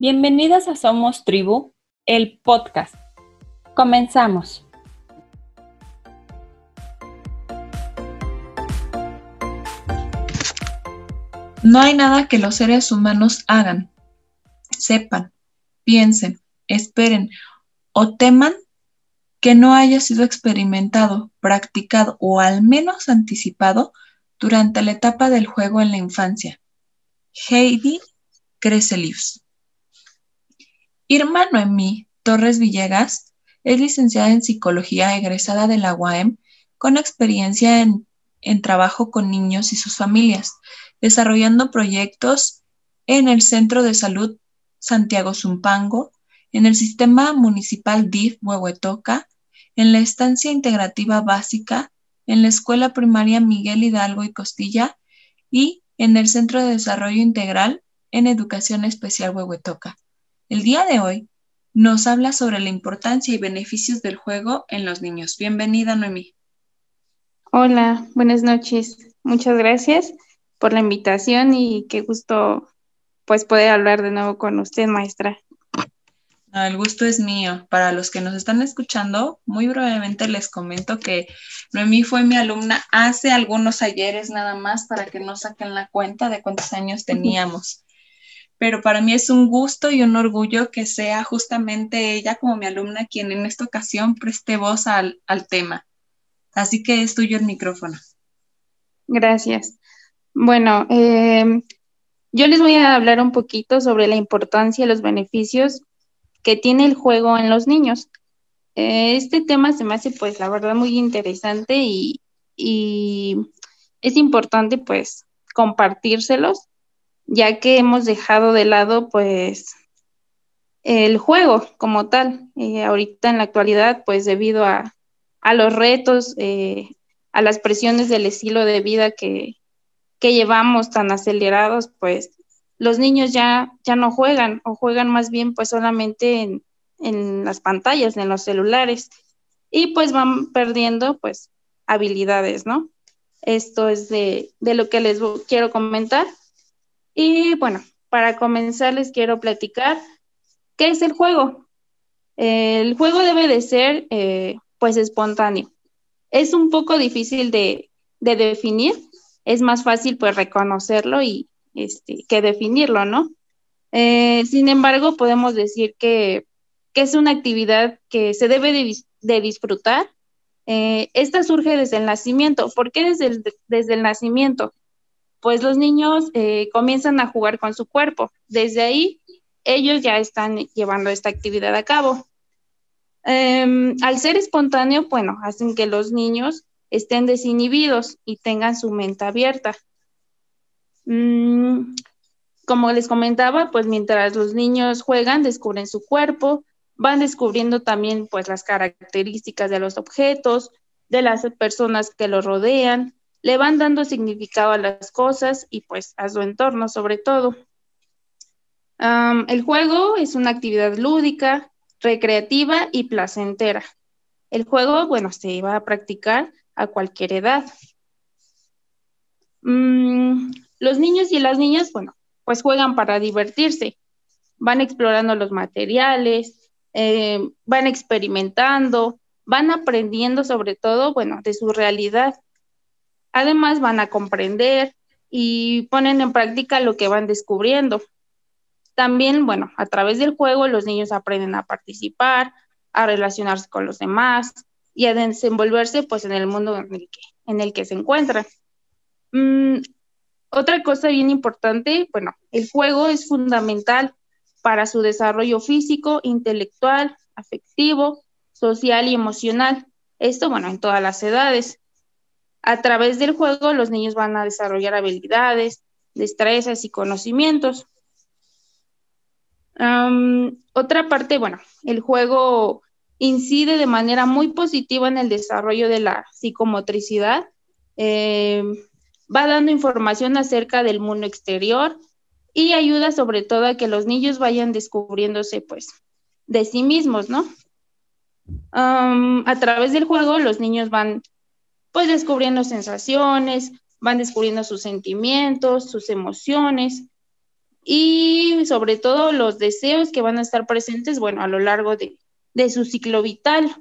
Bienvenidas a Somos Tribu, el podcast. Comenzamos. No hay nada que los seres humanos hagan, sepan, piensen, esperen o teman que no haya sido experimentado, practicado o al menos anticipado durante la etapa del juego en la infancia. Heidi Kreselius. Irma Noemí Torres Villegas es licenciada en Psicología egresada de la UAM con experiencia en trabajo con niños y sus familias, desarrollando proyectos en el Centro de Salud Santiago Zumpango, en el Sistema Municipal DIF Huehuetoca, en la Estancia Integrativa Básica, en la Escuela Primaria Miguel Hidalgo y Costilla y en el Centro de Desarrollo Integral en Educación Especial Huehuetoca. El día de hoy nos habla sobre la importancia y beneficios del juego en los niños. Bienvenida, Noemí. Hola, buenas noches. Muchas gracias por la invitación y qué gusto pues poder hablar de nuevo con usted, maestra. El gusto es mío. Para los que nos están escuchando, muy brevemente les comento que Noemí fue mi alumna hace algunos ayeres nada más para que no saquen la cuenta de cuántos años teníamos. Pero para mí es un gusto y un orgullo que sea justamente ella como mi alumna quien en esta ocasión preste voz al tema. Así que es tuyo el micrófono. Gracias. Bueno, yo les voy a hablar un poquito sobre la importancia y los beneficios que tiene el juego en los niños. Este tema se me hace pues la verdad muy interesante y es importante pues compartírselos, ya que hemos dejado de lado pues el juego como tal. Ahorita en la actualidad, pues debido a los retos, a las presiones del estilo de vida que llevamos tan acelerados, pues los niños ya no juegan o juegan más bien pues solamente en las pantallas, en los celulares y pues van perdiendo pues habilidades, ¿no? Esto es de lo que les quiero comentar. Y bueno, para comenzar les quiero platicar ¿qué es el juego? El juego debe de ser pues espontáneo. Es un poco difícil de definir, es más fácil pues reconocerlo y que definirlo, ¿no? Sin embargo, podemos decir que es una actividad que se debe de disfrutar. Esta surge desde el nacimiento. ¿Por qué desde el nacimiento? Pues los niños comienzan a jugar con su cuerpo. Desde ahí, ellos ya están llevando esta actividad a cabo. Al ser espontáneo, bueno, hacen que los niños estén desinhibidos y tengan su mente abierta. Como les comentaba, pues mientras los niños juegan, descubren su cuerpo, van descubriendo también pues las características de los objetos, de las personas que los rodean, le van dando significado a las cosas y pues a su entorno sobre todo. El juego es una actividad lúdica, recreativa y placentera. El juego, bueno, se va a practicar a cualquier edad. Los niños y las niñas, bueno, pues juegan para divertirse. Van explorando los materiales, van experimentando, van aprendiendo sobre todo, bueno, de su realidad. Además, van a comprender y ponen en práctica lo que van descubriendo. También, bueno, a través del juego los niños aprenden a participar, a relacionarse con los demás y a desenvolverse pues en el mundo en el que se encuentran. Otra cosa bien importante, bueno, el juego es fundamental para su desarrollo físico, intelectual, afectivo, social y emocional. Esto, bueno, en todas las edades. A través del juego los niños van a desarrollar habilidades, destrezas y conocimientos. Otra parte, bueno, el juego incide de manera muy positiva en el desarrollo de la psicomotricidad, va dando información acerca del mundo exterior y ayuda sobre todo a que los niños vayan descubriéndose pues de sí mismos, ¿no? A través del juego los niños van pues descubriendo sensaciones, van descubriendo sus sentimientos, sus emociones, y sobre todo los deseos que van a estar presentes, bueno, a lo largo de su ciclo vital.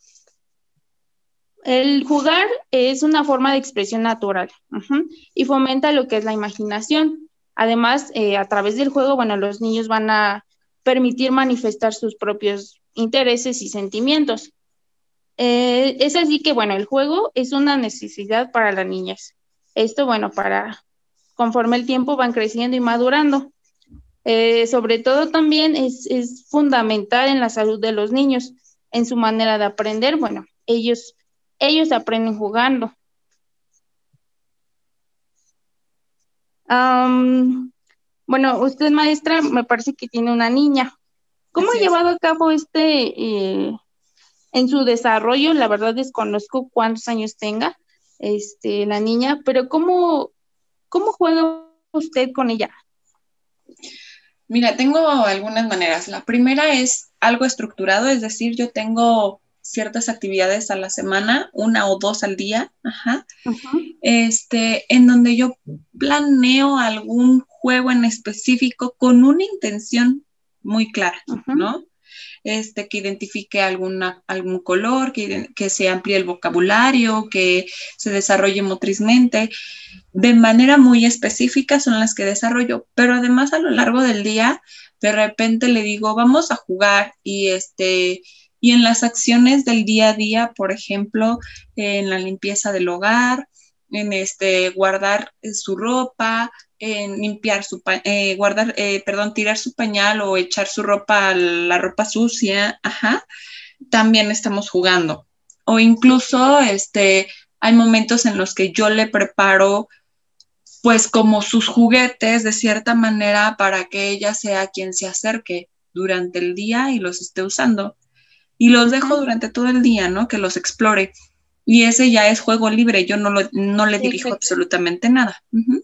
El jugar es una forma de expresión natural, y fomenta lo que es la imaginación. Además, a través del juego, bueno, los niños van a permitir manifestar sus propios intereses y sentimientos. Es así que, bueno, el juego es una necesidad para la niñez. Esto, bueno, conforme el tiempo van creciendo y madurando. Sobre todo también es fundamental en la salud de los niños, en su manera de aprender. Bueno, ellos aprenden jugando. Bueno, usted, maestra, me parece que tiene una niña. ¿Cómo ha llevado a cabo en su desarrollo? La verdad desconozco cuántos años tenga la niña, pero ¿cómo juega usted con ella? Mira, tengo algunas maneras. La primera es algo estructurado, es decir, yo tengo ciertas actividades a la semana, 1 o 2 al día, en donde yo planeo algún juego en específico con una intención muy clara, ¿no? Que identifique algún color, que se amplíe el vocabulario, que se desarrolle motrizmente. De manera muy específica son las que desarrollo, pero además a lo largo del día, de repente le digo, vamos a jugar y en las acciones del día a día, por ejemplo, en la limpieza del hogar, en guardar su ropa, en limpiar tirar su pañal o echar su ropa, la ropa sucia, también estamos jugando. O incluso hay momentos en los que yo le preparo pues como sus juguetes de cierta manera para que ella sea quien se acerque durante el día y los esté usando. Y los dejo durante todo el día, ¿no? Que los explore. Y ese ya es juego libre, yo no le dirijo absolutamente nada.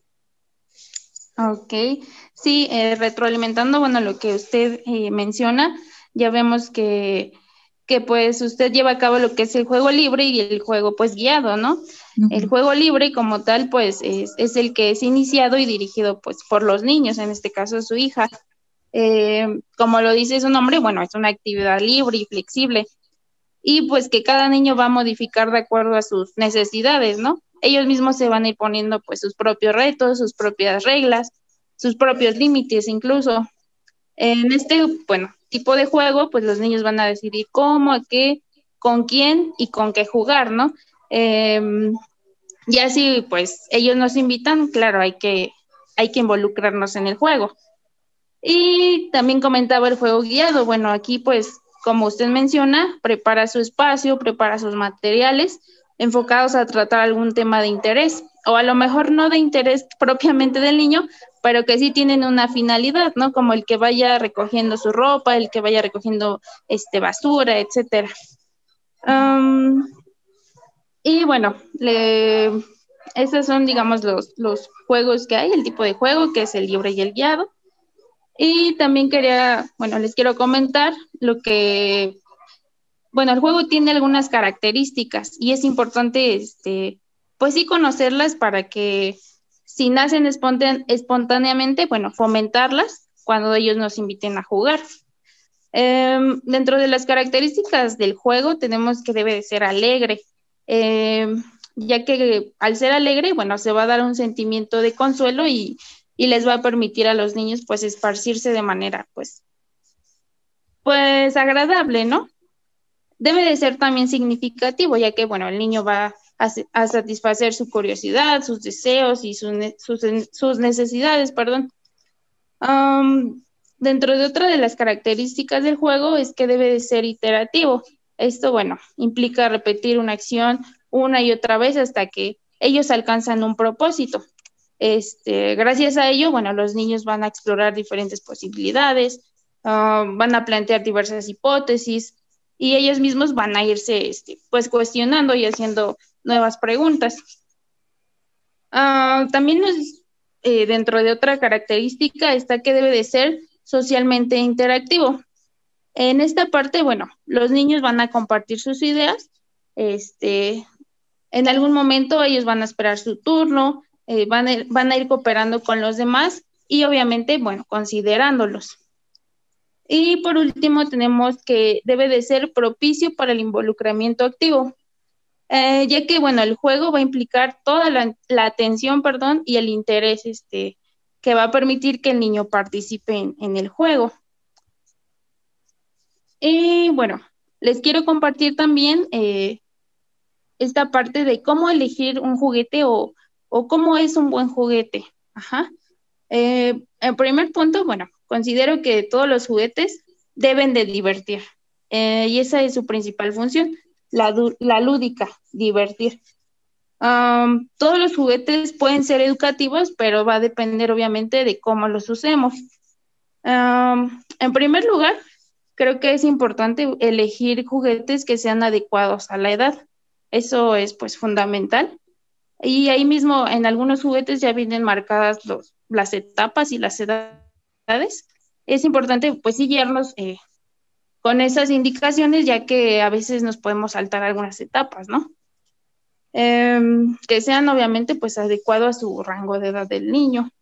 Ok, sí, retroalimentando, bueno, lo que usted menciona, ya vemos que pues usted lleva a cabo lo que es el juego libre y el juego pues guiado, ¿no? El juego libre como tal pues es el que es iniciado y dirigido pues por los niños, en este caso su hija. Como lo dice su nombre, bueno, es una actividad libre y flexible y pues que cada niño va a modificar de acuerdo a sus necesidades, ¿no? Ellos mismos se van a ir poniendo pues sus propios retos, sus propias reglas, sus propios límites incluso. En bueno, tipo de juego, pues los niños van a decidir cómo, a qué, con quién y con qué jugar, ¿no? Y así, pues, ellos nos invitan, claro, hay que involucrarnos en el juego. Y también comentaba el juego guiado. Bueno, aquí, pues, como usted menciona, prepara su espacio, prepara sus materiales enfocados a tratar algún tema de interés, o a lo mejor no de interés propiamente del niño, pero que sí tienen una finalidad, ¿no? Como el que vaya recogiendo su ropa, el que vaya recogiendo basura, etcétera. Y bueno, esos son, digamos, los juegos que hay, el tipo de juego que es el libre y el guiado. Y también les quiero comentar bueno, el juego tiene algunas características y es importante, pues sí conocerlas para que si nacen espontáneamente, bueno, fomentarlas cuando ellos nos inviten a jugar. Dentro de las características del juego tenemos que debe de ser alegre, ya que al ser alegre, bueno, se va a dar un sentimiento de consuelo y les va a permitir a los niños pues esparcirse de manera pues agradable, ¿no? Debe de ser también significativo, ya que, bueno, el niño va a satisfacer su curiosidad, sus deseos y sus necesidades, perdón. Dentro de otra de las características del juego es que debe de ser iterativo. Esto, bueno, implica repetir una acción una y otra vez hasta que ellos alcanzan un propósito. Gracias a ello, bueno, los niños van a explorar diferentes posibilidades, van a plantear diversas hipótesis y ellos mismos van a irse pues cuestionando y haciendo nuevas preguntas. También dentro de otra característica está que debe de ser socialmente interactivo. En esta parte, bueno, los niños van a compartir sus ideas, en algún momento ellos van a esperar su turno, van a ir cooperando con los demás y obviamente, bueno, considerándolos. Y por último, tenemos que debe de ser propicio para el involucramiento activo, ya que, bueno, el juego va a implicar toda la atención, perdón, y el interés, que va a permitir que el niño participe en el juego. Y bueno, les quiero compartir también esta parte de cómo elegir un juguete o cómo es un buen juguete. Ajá. En primer punto, bueno, considero que todos los juguetes deben de divertir, y esa es su principal función, la lúdica, divertir. Todos los juguetes pueden ser educativos, pero va a depender obviamente de cómo los usemos. En primer lugar, creo que es importante elegir juguetes que sean adecuados a la edad. Eso es pues fundamental. Y ahí mismo en algunos juguetes ya vienen marcadas las etapas y las edades. Es importante pues sí guiarnos con esas indicaciones, ya que a veces nos podemos saltar algunas etapas, ¿no? Que sean obviamente pues adecuados a su rango de edad del niño.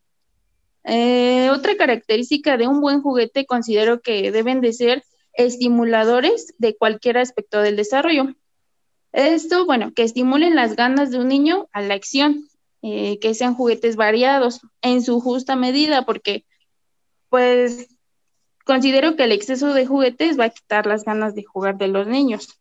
Otra característica de un buen juguete considero que deben de ser estimuladores de cualquier aspecto del desarrollo. Esto, bueno, que estimulen las ganas de un niño a la acción, que sean juguetes variados en su justa medida, porque pues considero que el exceso de juguetes va a quitar las ganas de jugar de los niños.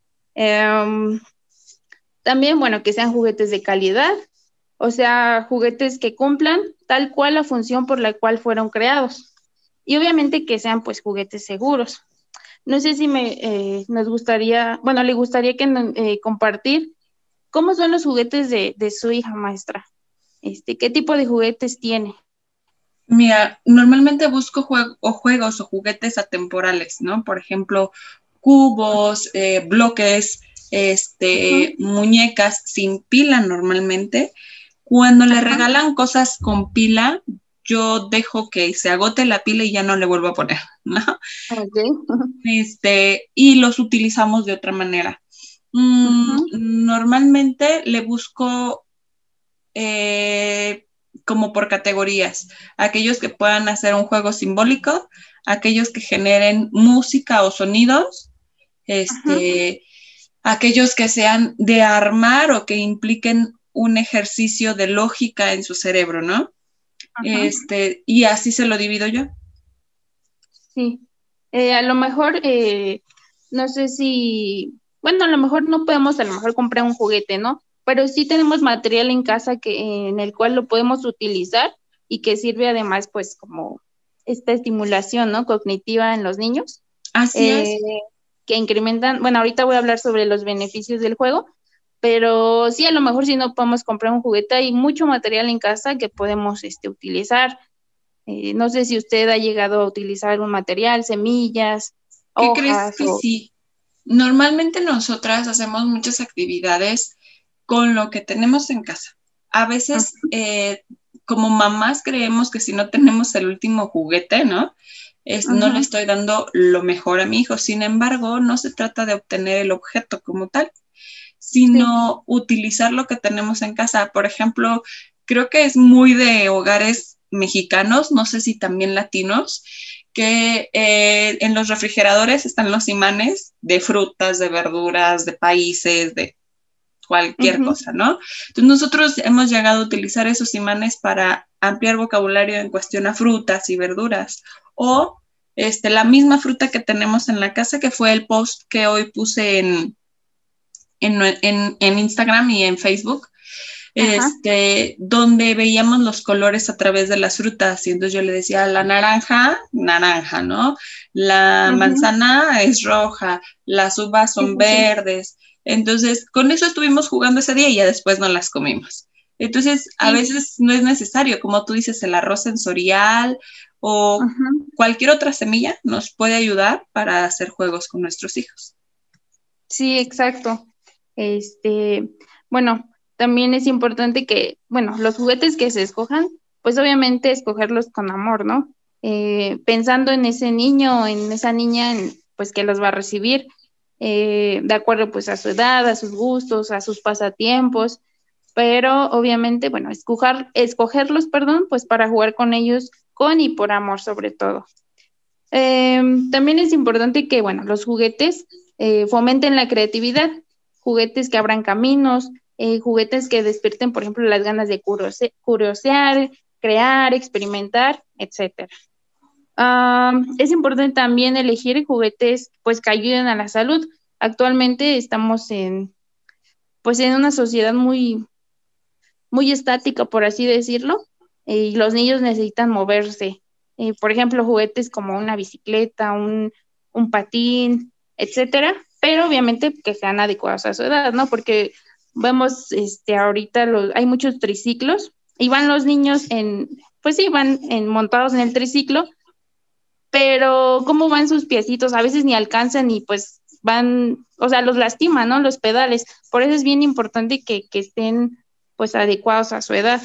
También, bueno, que sean juguetes de calidad, o sea, juguetes que cumplan tal cual la función por la cual fueron creados. Y obviamente que sean pues juguetes seguros. No sé si nos gustaría, bueno, le gustaría que compartir cómo son los juguetes de su hija, maestra. ¿Qué tipo de juguetes tiene? Mira, normalmente busco juegos o juguetes atemporales, ¿no? Por ejemplo, cubos, bloques, muñecas sin pila normalmente. Cuando le regalan cosas con pila, yo dejo que se agote la pila y ya no le vuelvo a poner, ¿no? Okay. Y los utilizamos de otra manera. Normalmente le busco como por categorías, aquellos que puedan hacer un juego simbólico, aquellos que generen música o sonidos, aquellos que sean de armar o que impliquen un ejercicio de lógica en su cerebro, ¿no? Y así se lo divido yo. Sí, a lo mejor, no sé si, bueno, a lo mejor no podemos a lo mejor comprar un juguete, ¿no? Pero sí tenemos material en casa en el cual lo podemos utilizar y que sirve además pues como esta estimulación, ¿no? Cognitiva en los niños. Así es. Que incrementan, bueno, ahorita voy a hablar sobre los beneficios del juego, pero sí, a lo mejor si no podemos comprar un juguete, hay mucho material en casa que podemos utilizar. No sé si usted ha llegado a utilizar algún material, semillas, ¿Qué crees hojas que sí? Normalmente nosotras hacemos muchas actividades con lo que tenemos en casa. A veces, como mamás, creemos que si no tenemos el último juguete, ¿no? No le estoy dando lo mejor a mi hijo. Sin embargo, no se trata de obtener el objeto como tal, sino utilizar lo que tenemos en casa. Por ejemplo, creo que es muy de hogares mexicanos, no sé si también latinos, que en los refrigeradores están los imanes de frutas, de verduras, de países, de cualquier cosa, ¿no? Entonces nosotros hemos llegado a utilizar esos imanes para ampliar vocabulario en cuestión a frutas y verduras, o la misma fruta que tenemos en la casa, que fue el post que hoy puse en Instagram y en Facebook, donde veíamos los colores a través de las frutas. Y entonces yo le decía, la naranja, naranja, ¿no? La manzana es roja, las uvas son verdes. Entonces, con eso estuvimos jugando ese día y ya después no las comimos. Entonces, a veces no es necesario, como tú dices, el arroz sensorial o cualquier otra semilla nos puede ayudar para hacer juegos con nuestros hijos. Sí, exacto. Bueno, también es importante que, bueno, los juguetes que se escojan, pues obviamente escogerlos con amor, ¿no? Pensando en ese niño, en esa niña, pues que los va a recibir, de acuerdo pues a su edad, a sus gustos, a sus pasatiempos, pero obviamente, bueno, escogerlos, perdón, pues para jugar con ellos con y por amor sobre todo. También es importante que, bueno, los juguetes fomenten la creatividad, juguetes que abran caminos, juguetes que despierten, por ejemplo, las ganas de curiosear, crear, experimentar, etcétera. Es importante también elegir juguetes pues que ayuden a la salud. Actualmente estamos pues en una sociedad muy, muy estática, por así decirlo, y los niños necesitan moverse. Por ejemplo, juguetes como una bicicleta, un patín, etcétera, pero obviamente que sean adecuados a su edad, ¿no? Porque vemos ahorita hay muchos triciclos y van los niños pues sí, montados en el triciclo, pero cómo van sus piecitos, a veces ni alcanzan y pues van, o sea, los lastiman, ¿no? Los pedales. Por eso es bien importante que estén pues adecuados a su edad.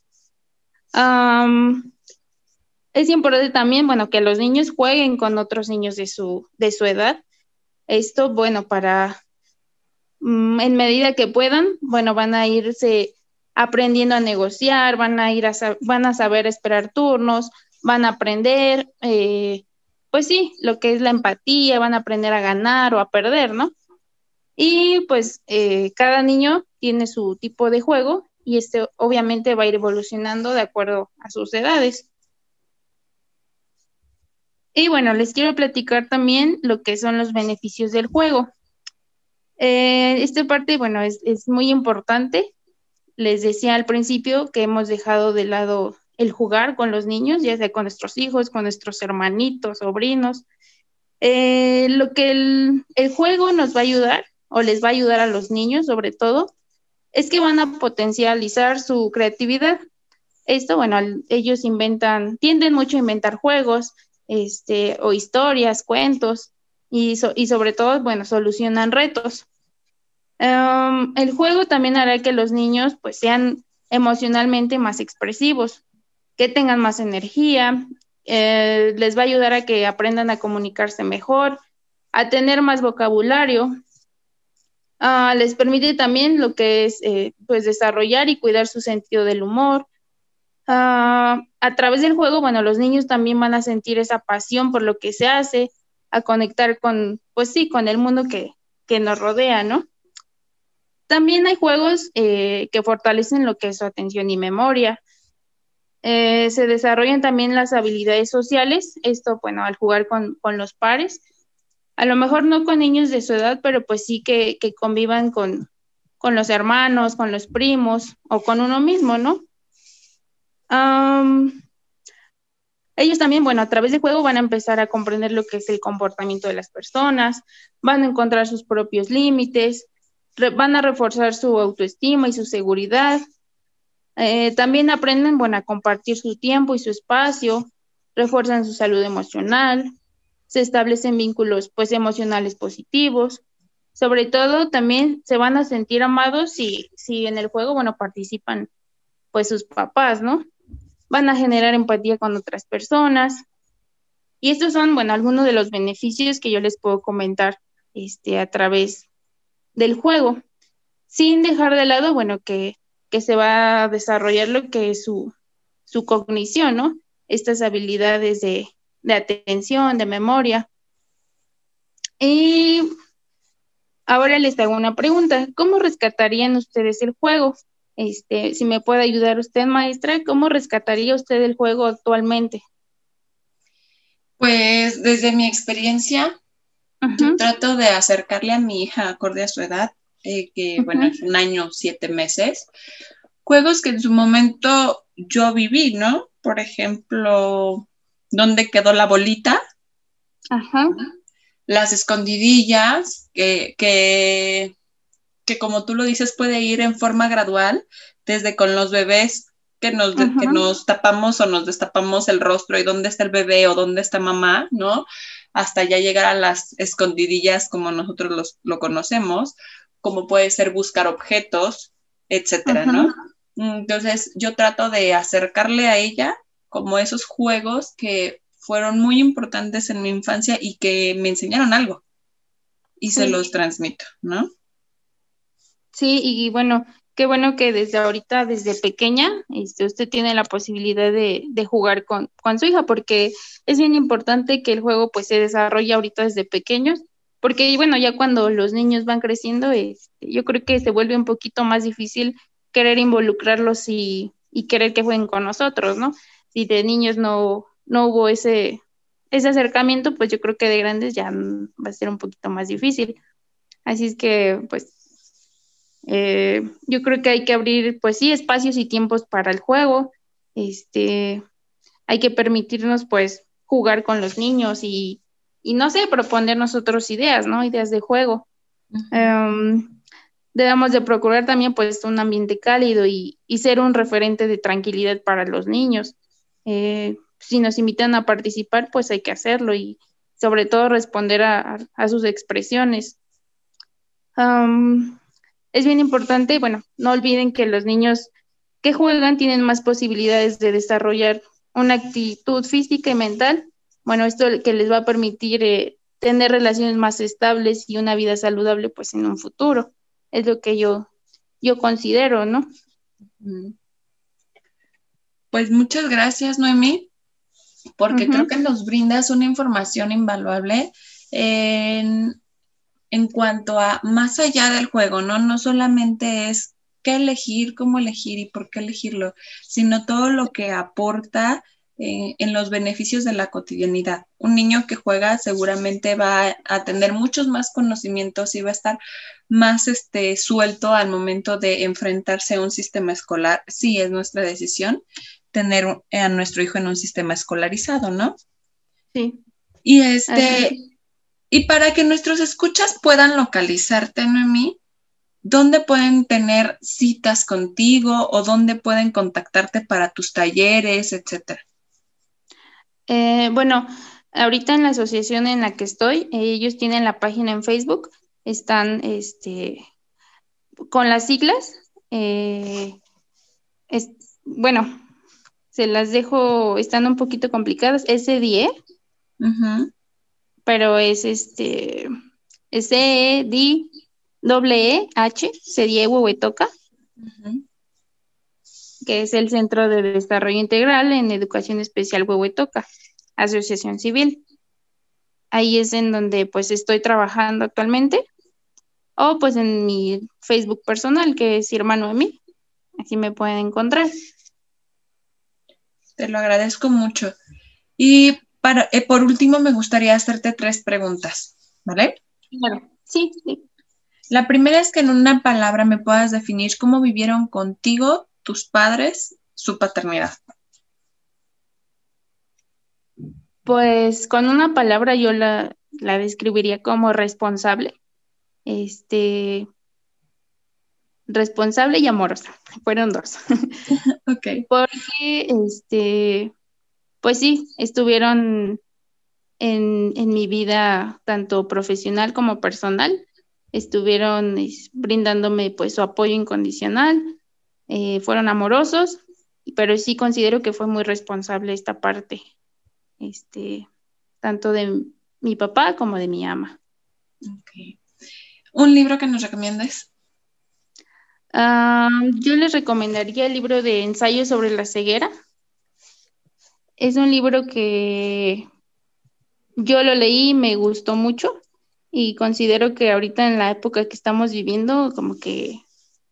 Es importante también, bueno, que los niños jueguen con otros niños de su edad. Esto, bueno, para en medida que puedan, bueno, van a irse aprendiendo a negociar, van a saber esperar turnos, van a aprender, pues sí, lo que es la empatía, van a aprender a ganar o a perder, ¿no? Y pues cada niño tiene su tipo de juego y obviamente va a ir evolucionando de acuerdo a sus edades. Y bueno, les quiero platicar también lo que son los beneficios del juego. Esta parte, bueno, es muy importante. Les decía al principio que hemos dejado de lado el jugar con los niños, ya sea con nuestros hijos, con nuestros hermanitos, sobrinos. Lo que el juego nos va a ayudar, o les va a ayudar a los niños sobre todo, es que van a potencializar su creatividad. Esto, bueno, ellos tienden mucho a inventar juegos, o historias, cuentos, y sobre todo, bueno, solucionan retos. El juego también hará que los niños pues sean emocionalmente más expresivos, que tengan más energía, les va a ayudar a que aprendan a comunicarse mejor, a tener más vocabulario. Les permite también lo que es pues desarrollar y cuidar su sentido del humor. A través del juego, bueno, los niños también van a sentir esa pasión por lo que se hace, a conectar pues sí, con el mundo que nos rodea, ¿no? También hay juegos que fortalecen lo que es su atención y memoria. Se desarrollan también las habilidades sociales, esto, bueno, al jugar con los pares. A lo mejor no con niños de su edad, pero pues sí que convivan con los hermanos, con los primos o con uno mismo, ¿no? Ellos también, bueno, a través del juego van a empezar a comprender lo que es el comportamiento de las personas, van a encontrar sus propios límites, van a reforzar su autoestima y su seguridad. También aprenden, bueno, a compartir su tiempo y su espacio, refuerzan su salud emocional, se establecen vínculos, pues, emocionales positivos. Sobre todo, también se van a sentir amados si en el juego, bueno, participan, pues, sus papás, ¿no? Van a generar empatía con otras personas. Y estos son, bueno, algunos de los beneficios que yo les puedo comentar a través del juego, sin dejar de lado, bueno, que se va a desarrollar lo que es su cognición, ¿no? Estas habilidades de atención, de memoria. Y ahora les hago una pregunta. ¿Cómo rescatarían ustedes el juego? Si me puede ayudar usted, maestra, ¿cómo rescataría usted el juego actualmente? Pues desde mi experiencia, yo trato de acercarle a mi hija acorde a su edad, que bueno, es 1 año, 7 meses, juegos que en su momento yo viví, ¿no? Por ejemplo, ¿dónde quedó la bolita? Ajá. Las escondidillas, que como tú lo dices, puede ir en forma gradual, desde con los bebés que nos tapamos o nos destapamos el rostro y dónde está el bebé o dónde está mamá, ¿no? Hasta ya llegar a las escondidillas como nosotros lo conocemos, como puede ser buscar objetos, etcétera, ¿no? Entonces, yo trato de acercarle a ella como esos juegos que fueron muy importantes en mi infancia y que me enseñaron algo y se los transmito, ¿no? Sí, y bueno, qué bueno que desde ahorita, desde pequeña, usted tiene la posibilidad de jugar con su hija, porque es bien importante que el juego pues se desarrolle ahorita desde pequeños, porque bueno, ya cuando los niños van creciendo, yo creo que se vuelve un poquito más difícil querer involucrarlos y querer que jueguen con nosotros, ¿no? Si de niños no hubo ese acercamiento, pues yo creo que de grandes ya va a ser un poquito más difícil. Así es que, pues, yo creo que hay que abrir, pues sí, espacios y tiempos para el juego. Hay que permitirnos, pues, jugar con los niños y no sé, proponer nosotros ideas, ¿no? Ideas de juego. Debemos de procurar también, pues, un ambiente cálido y ser un referente de tranquilidad para los niños. Si nos invitan a participar, pues hay que hacerlo y sobre todo responder a sus expresiones. Es bien importante, bueno, no olviden que los niños que juegan tienen más posibilidades de desarrollar una actitud física y mental. Bueno, esto que les va a permitir tener relaciones más estables y una vida saludable, pues en un futuro. Es lo que yo considero, ¿no? Pues muchas gracias, Noemí, porque creo que nos brindas una información invaluable en cuanto a más allá del juego, ¿no? No solamente es qué elegir, cómo elegir y por qué elegirlo, sino todo lo que aporta en los beneficios de la cotidianidad. Un niño que juega seguramente va a tener muchos más conocimientos y va a estar más suelto al momento de enfrentarse a un sistema escolar. Sí, es nuestra decisión tener a nuestro hijo en un sistema escolarizado, ¿no? Sí. Y para que nuestros escuchas puedan localizarte, Noemí, ¿dónde pueden tener citas contigo o dónde pueden contactarte para tus talleres, etcétera? Bueno, ahorita en la asociación en la que estoy, ellos tienen la página en Facebook, están con las siglas, bueno, se las dejo, están un poquito complicadas, SDIE, pero es CEDIEH, CEDIE Huehuetoca, que es el Centro de Desarrollo Integral en Educación Especial Huehuetoca, Asociación Civil. Ahí es en donde pues estoy trabajando actualmente, o pues en mi Facebook personal, que es Irma Noemí, así me pueden encontrar. Te lo agradezco mucho. Y por último me gustaría hacerte 3 preguntas, ¿vale? Claro, sí. La primera es que en una palabra me puedas definir cómo vivieron contigo tus padres su paternidad. Pues con una palabra yo la describiría como responsable. Responsable y amorosa. Fueron 2. Ok. Porque, pues sí, estuvieron en mi vida tanto profesional como personal. Estuvieron brindándome pues su apoyo incondicional. Fueron amorosos, pero sí considero que fue muy responsable esta parte. Tanto de mi papá como de mi ama. Okay. ¿Un libro que nos recomiendes? Yo les recomendaría el libro de Ensayo sobre la ceguera. Es un libro que yo lo leí y me gustó mucho y considero que ahorita en la época que estamos viviendo como que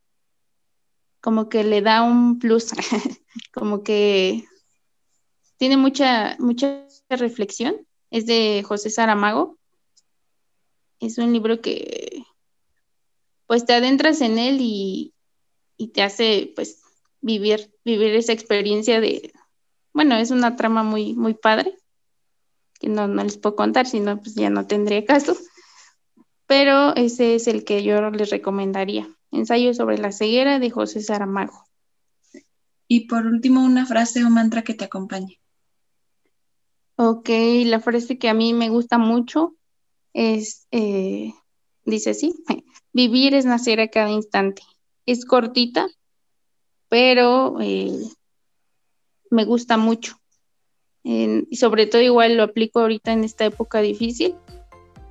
le da un plus, como que tiene mucha reflexión. Es de José Saramago. Es un libro que pues te adentras en él y te hace pues vivir esa experiencia de, bueno, es una trama muy, muy padre, que no les puedo contar, sino pues ya no tendría caso, pero ese es el que yo les recomendaría. Ensayo sobre la ceguera de José Saramago. Y por último, una frase o mantra que te acompañe. Ok, la frase que a mí me gusta mucho es, dice así, vivir es nacer a cada instante. Es cortita, pero me gusta mucho. Y sobre todo igual lo aplico ahorita en esta época difícil,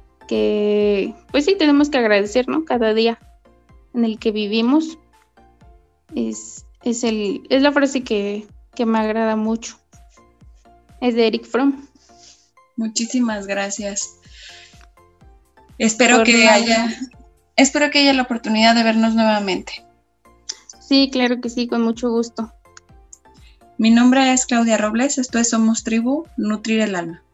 que pues sí tenemos que agradecer, ¿no? Cada día en el que vivimos, Es la frase que me agrada mucho. Es de Eric Fromm. Muchísimas gracias. Espero que haya la oportunidad de vernos nuevamente. Sí, claro que sí, con mucho gusto. Mi nombre es Claudia Robles, esto es Somos Tribu, Nutrir el Alma.